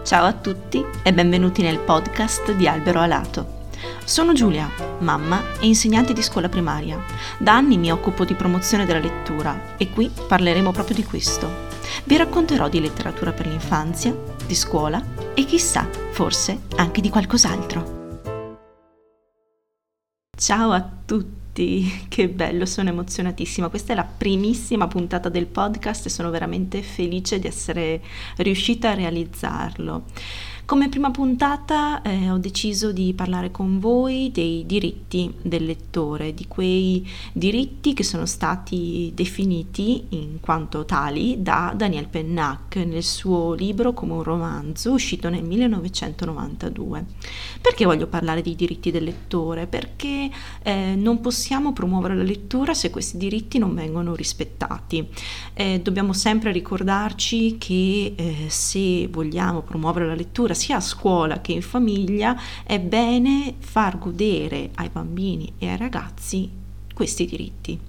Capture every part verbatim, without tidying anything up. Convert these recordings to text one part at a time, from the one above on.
Ciao a tutti e benvenuti nel podcast di Albero Alato. Sono Giulia, mamma e insegnante di scuola primaria. Da anni mi occupo di promozione della lettura e qui parleremo proprio di questo. Vi racconterò di letteratura per l'infanzia, di scuola e chissà, forse anche di qualcos'altro. Ciao a tutti, che bello, sono emozionatissima. Questa è la primissima puntata del podcast e sono veramente felice di essere riuscita a realizzarlo. Come prima puntata eh, ho deciso di parlare con voi dei diritti del lettore, di quei diritti che sono stati definiti in quanto tali da Daniel Pennac nel suo libro Come un romanzo, uscito nel millenovecentonovantadue. Perché voglio parlare dei diritti del lettore? Perché eh, non possiamo promuovere la lettura se questi diritti non vengono rispettati. Eh, dobbiamo sempre ricordarci che eh, se vogliamo promuovere la lettura sia a scuola che in famiglia, è bene far godere ai bambini e ai ragazzi questi diritti.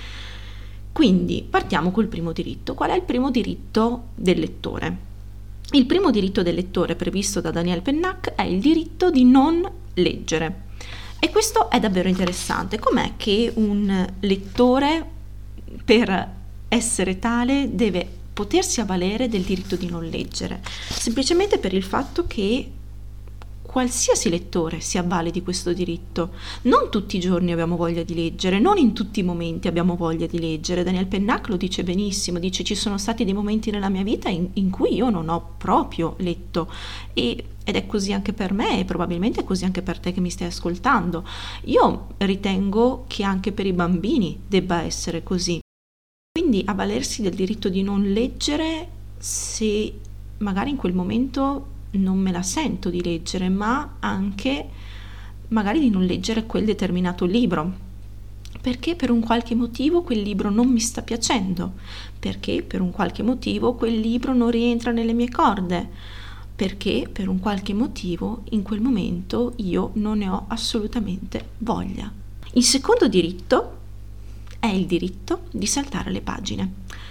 Quindi partiamo col primo diritto. Qual è il primo diritto del lettore? Il primo diritto del lettore previsto da Daniel Pennac è il diritto di non leggere. E questo è davvero interessante. Com'è che un lettore, per essere tale, deve potersi avvalere del diritto di non leggere? Semplicemente per il fatto che qualsiasi lettore si avvale di questo diritto. Non tutti i giorni abbiamo voglia di leggere, non in tutti i momenti abbiamo voglia di leggere. Daniel Pennac lo dice benissimo, dice: ci sono stati dei momenti nella mia vita in, in cui io non ho proprio letto, e, ed è così anche per me e probabilmente è così anche per te che mi stai ascoltando. Io ritengo che anche per i bambini debba essere così. Quindi avvalersi del diritto di non leggere se magari in quel momento non me la sento di leggere, ma anche magari di non leggere quel determinato libro, perché per un qualche motivo quel libro non mi sta piacendo, perché per un qualche motivo quel libro non rientra nelle mie corde, perché per un qualche motivo in quel momento io non ne ho assolutamente voglia. Il secondo diritto è il diritto di saltare le pagine.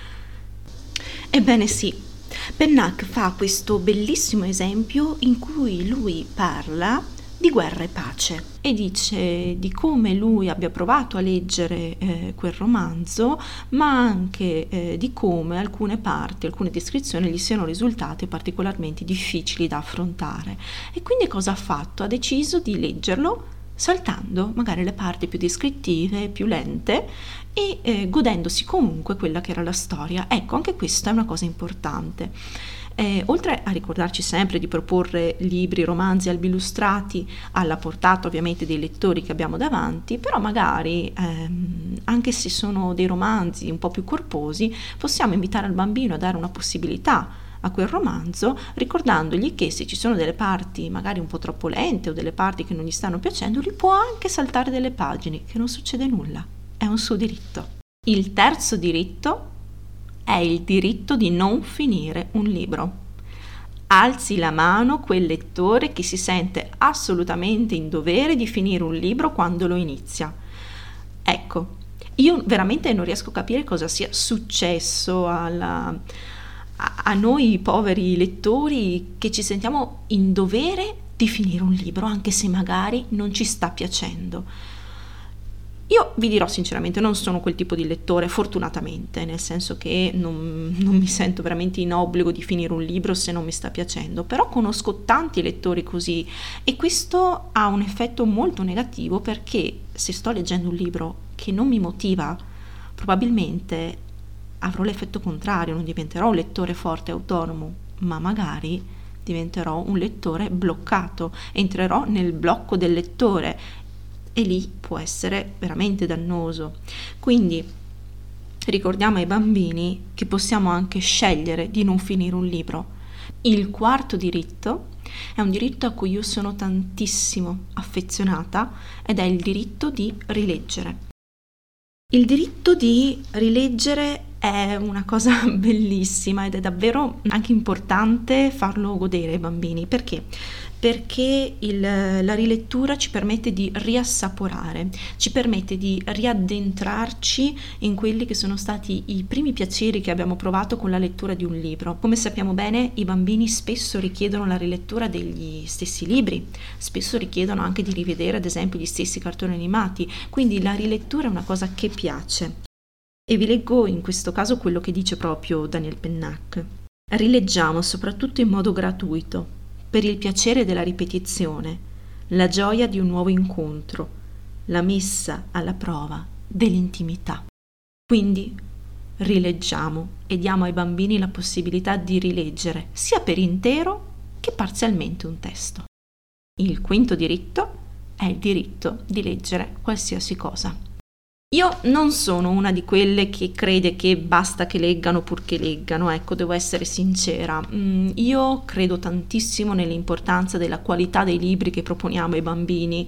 Ebbene sì, Pennac fa questo bellissimo esempio in cui lui parla di guerra e pace e dice di come lui abbia provato a leggere eh, quel romanzo, ma anche eh, di come alcune parti, alcune descrizioni gli siano risultate particolarmente difficili da affrontare. E quindi cosa ha fatto? Ha deciso di leggerlo saltando magari le parti più descrittive, più lente e eh, godendosi comunque quella che era la storia. Ecco, anche questa è una cosa importante. Eh, oltre a ricordarci sempre di proporre libri, romanzi, albi illustrati alla portata ovviamente dei lettori che abbiamo davanti, però magari ehm, anche se sono dei romanzi un po' più corposi, possiamo invitare il bambino a dare una possibilità a quel romanzo, ricordandogli che se ci sono delle parti magari un po' troppo lente o delle parti che non gli stanno piacendo, lui può anche saltare delle pagine, che non succede nulla, è un suo diritto. Il terzo diritto è il diritto di non finire un libro. Alzi la mano quel lettore che si sente assolutamente in dovere di finire un libro quando lo inizia. Ecco, io veramente non riesco a capire cosa sia successo alla a noi poveri lettori che ci sentiamo in dovere di finire un libro anche se magari non ci sta piacendo. Io vi dirò sinceramente, non sono quel tipo di lettore, fortunatamente, nel senso che non, non mi sento veramente in obbligo di finire un libro se non mi sta piacendo, però conosco tanti lettori così e questo ha un effetto molto negativo, perché se sto leggendo un libro che non mi motiva, probabilmente avrò l'effetto contrario, non diventerò un lettore forte e autonomo, ma magari diventerò un lettore bloccato, entrerò nel blocco del lettore e lì può essere veramente dannoso. Quindi ricordiamo ai bambini che possiamo anche scegliere di non finire un libro. Il quarto diritto è un diritto a cui io sono tantissimo affezionata ed è il diritto di rileggere. Il diritto di rileggere è una cosa bellissima ed è davvero anche importante farlo godere ai bambini. Perché? Perché il, la rilettura ci permette di riassaporare, ci permette di riaddentrarci in quelli che sono stati i primi piaceri che abbiamo provato con la lettura di un libro. Come sappiamo bene, i bambini spesso richiedono la rilettura degli stessi libri, spesso richiedono anche di rivedere ad esempio gli stessi cartoni animati, quindi la rilettura è una cosa che piace. E vi leggo in questo caso quello che dice proprio Daniel Pennac. Rileggiamo soprattutto in modo gratuito, per il piacere della ripetizione, la gioia di un nuovo incontro, la messa alla prova dell'intimità. Quindi rileggiamo e diamo ai bambini la possibilità di rileggere sia per intero che parzialmente un testo. Il quinto diritto è il diritto di leggere qualsiasi cosa. Io non sono una di quelle che crede che basta che leggano purché leggano, ecco, devo essere sincera. Mm, io credo tantissimo nell'importanza della qualità dei libri che proponiamo ai bambini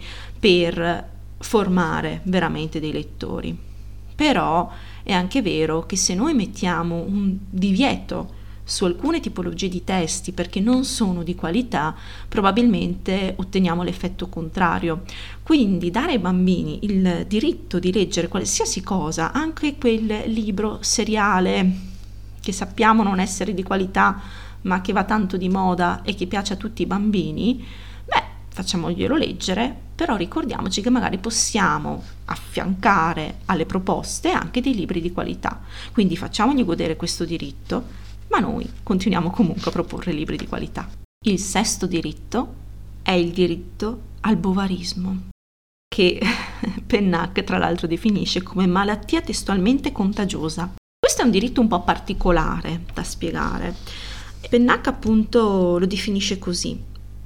per formare veramente dei lettori. Però è anche vero che se noi mettiamo un divieto su alcune tipologie di testi perché non sono di qualità, probabilmente otteniamo l'effetto contrario. Quindi dare ai bambini il diritto di leggere qualsiasi cosa, anche quel libro seriale che sappiamo non essere di qualità ma che va tanto di moda e che piace a tutti i bambini, beh, facciamoglielo leggere, però ricordiamoci che magari possiamo affiancare alle proposte anche dei libri di qualità. Quindi facciamogli godere questo diritto, ma noi continuiamo comunque a proporre libri di qualità. Il sesto diritto è il diritto al bovarismo, che Pennac tra l'altro definisce come malattia testualmente contagiosa. Questo è un diritto un po' particolare da spiegare. Pennac appunto lo definisce così: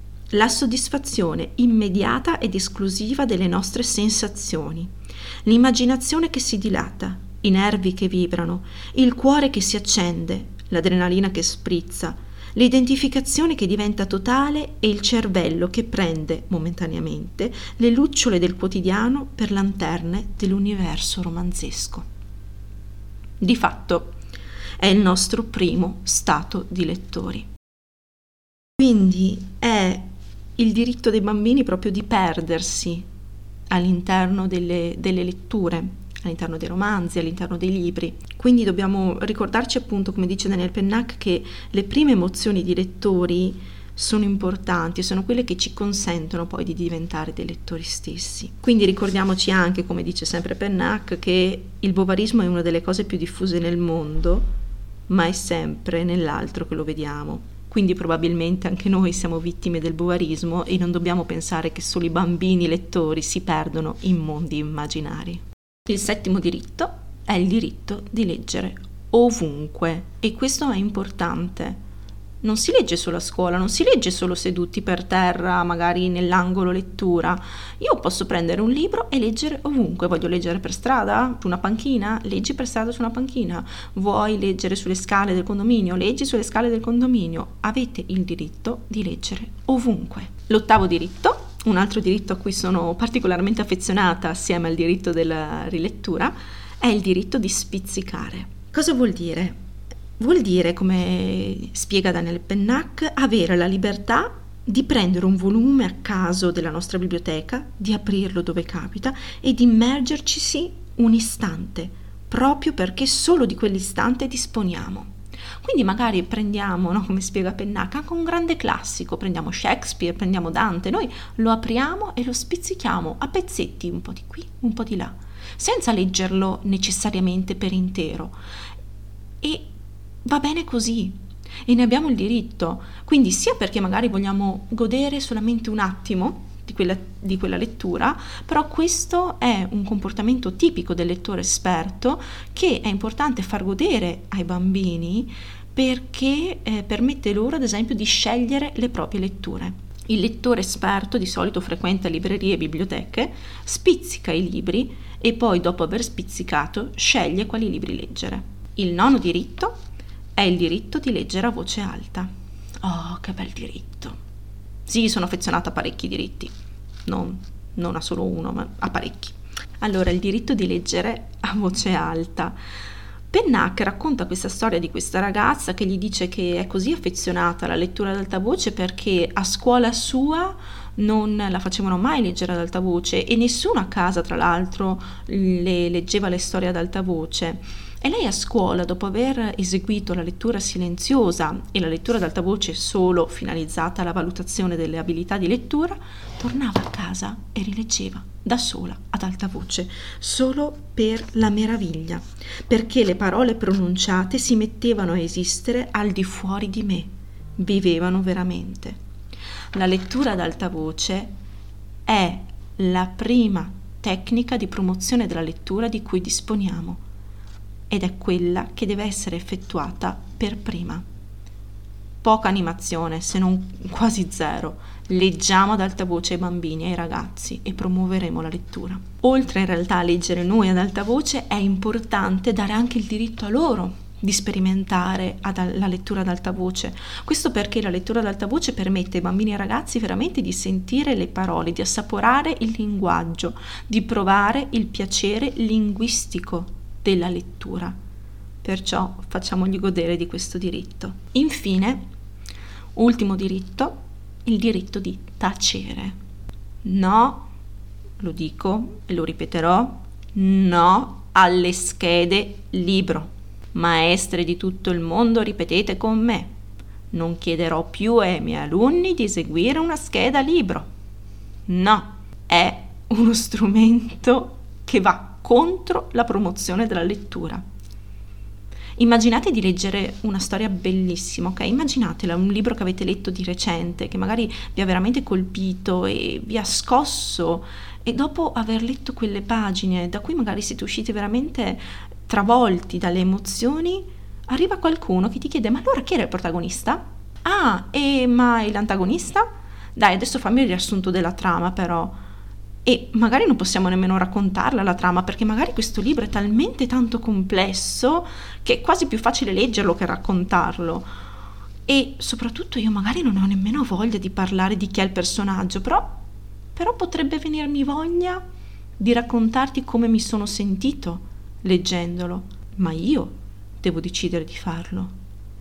la soddisfazione immediata ed esclusiva delle nostre sensazioni, l'immaginazione che si dilata, i nervi che vibrano, il cuore che si accende, l'adrenalina che sprizza, l'identificazione che diventa totale e il cervello che prende momentaneamente le lucciole del quotidiano per lanterne dell'universo romanzesco. Di fatto è il nostro primo stato di lettori. Quindi è il diritto dei bambini proprio di perdersi all'interno delle, delle letture, all'interno dei romanzi, all'interno dei libri. Quindi dobbiamo ricordarci appunto, come dice Daniel Pennac, che le prime emozioni di lettori sono importanti, sono quelle che ci consentono poi di diventare dei lettori stessi. Quindi ricordiamoci anche, come dice sempre Pennac, che il bovarismo è una delle cose più diffuse nel mondo, ma è sempre nell'altro che lo vediamo. Quindi probabilmente anche noi siamo vittime del bovarismo e non dobbiamo pensare che solo i bambini lettori si perdono in mondi immaginari. Il settimo diritto è il diritto di leggere ovunque, e questo è importante. Non si legge solo a scuola, non si legge solo seduti per terra, magari nell'angolo lettura. Io posso prendere un libro e leggere ovunque. Voglio leggere per strada, su una panchina? Leggi per strada su una panchina. Vuoi leggere sulle scale del condominio? Leggi sulle scale del condominio. Avete il diritto di leggere ovunque. L'ottavo diritto, un altro diritto a cui sono particolarmente affezionata assieme al diritto della rilettura, è il diritto di spizzicare. Cosa vuol dire? Vuol dire, come spiega Daniel Pennac, avere la libertà di prendere un volume a caso della nostra biblioteca, di aprirlo dove capita e di immergercisi un istante, proprio perché solo di quell'istante disponiamo. Quindi magari prendiamo, no, come spiega Pennac, anche un grande classico, prendiamo Shakespeare, prendiamo Dante, noi lo apriamo e lo spizzichiamo a pezzetti, un po' di qui, un po' di là, senza leggerlo necessariamente per intero. E va bene così, e ne abbiamo il diritto, quindi sia perché magari vogliamo godere solamente un attimo di quella, di quella lettura, però questo è un comportamento tipico del lettore esperto che è importante far godere ai bambini, perché eh, permette loro ad esempio di scegliere le proprie letture. Il lettore esperto di solito frequenta librerie e biblioteche, spizzica i libri e poi, dopo aver spizzicato, sceglie quali libri leggere. Il nono diritto è il diritto di leggere a voce alta. Oh, che bel diritto! Sì, sono affezionata a parecchi diritti, non, non a solo uno, ma a parecchi. Allora, il diritto di leggere a voce alta. Pennac racconta questa storia di questa ragazza che gli dice che è così affezionata alla lettura ad alta voce perché a scuola sua non la facevano mai leggere ad alta voce e nessuno a casa, tra l'altro, le leggeva le storie ad alta voce. E lei a scuola, dopo aver eseguito la lettura silenziosa e la lettura ad alta voce solo finalizzata alla valutazione delle abilità di lettura, tornava a casa e rileggeva da sola ad alta voce, solo per la meraviglia, perché le parole pronunciate si mettevano a esistere al di fuori di me, vivevano veramente. La lettura ad alta voce è la prima tecnica di promozione della lettura di cui disponiamo ed è quella che deve essere effettuata per prima. Poca animazione, se non quasi zero. Leggiamo ad alta voce ai bambini e ai ragazzi e promuoveremo la lettura. Oltre in realtà a leggere noi ad alta voce, è importante dare anche il diritto a loro di sperimentare ad, la lettura ad alta voce. Questo perché la lettura ad alta voce permette ai bambini e ai ragazzi veramente di sentire le parole, di assaporare il linguaggio, di provare il piacere linguistico della lettura. Perciò facciamogli godere di questo diritto. Infine, ultimo diritto, il diritto di tacere. No, lo dico e lo ripeterò, no alle schede libro. Maestre di tutto il mondo, ripetete con me. Non chiederò più ai miei alunni di eseguire una scheda libro. No, è uno strumento che va contro la promozione della lettura. Immaginate di leggere una storia bellissima, ok? Immaginatela, un libro che avete letto di recente, che magari vi ha veramente colpito e vi ha scosso, e dopo aver letto quelle pagine, da cui magari siete usciti veramente travolti dalle emozioni, arriva qualcuno che ti chiede: ma allora chi era il protagonista? Ah, e ma è l'antagonista? Dai, adesso fammi il riassunto della trama però. E magari non possiamo nemmeno raccontarla la trama, perché magari questo libro è talmente tanto complesso che è quasi più facile leggerlo che raccontarlo. E soprattutto io magari non ho nemmeno voglia di parlare di chi è il personaggio, però, però potrebbe venirmi voglia di raccontarti come mi sono sentito leggendolo, ma io devo decidere di farlo.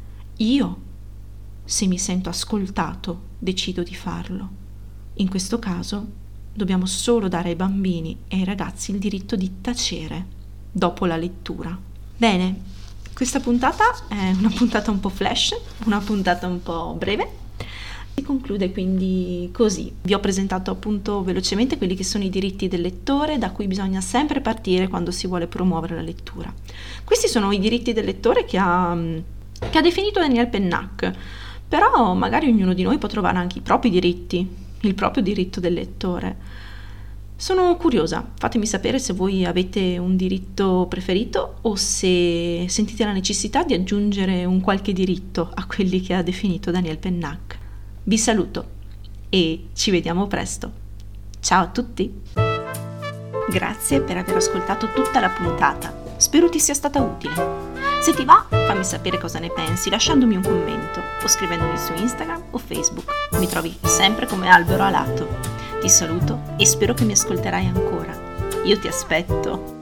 Io, se mi sento ascoltato, decido di farlo. In questo caso dobbiamo solo dare ai bambini e ai ragazzi il diritto di tacere dopo la lettura. Bene, questa puntata è una puntata un po' flash, una puntata un po' breve. Si conclude quindi così. Vi ho presentato appunto velocemente quelli che sono i diritti del lettore da cui bisogna sempre partire quando si vuole promuovere la lettura. Questi sono i diritti del lettore che ha, che ha definito Daniel Pennac, però magari ognuno di noi può trovare anche i propri diritti, il proprio diritto del lettore. Sono curiosa, fatemi sapere se voi avete un diritto preferito o se sentite la necessità di aggiungere un qualche diritto a quelli che ha definito Daniel Pennac. Vi saluto e ci vediamo presto. Ciao a tutti! Grazie per aver ascoltato tutta la puntata. Spero ti sia stata utile. Se ti va, fammi sapere cosa ne pensi lasciandomi un commento o scrivendomi su Instagram o Facebook. Mi trovi sempre come Albero Alato. Ti saluto e spero che mi ascolterai ancora. Io ti aspetto.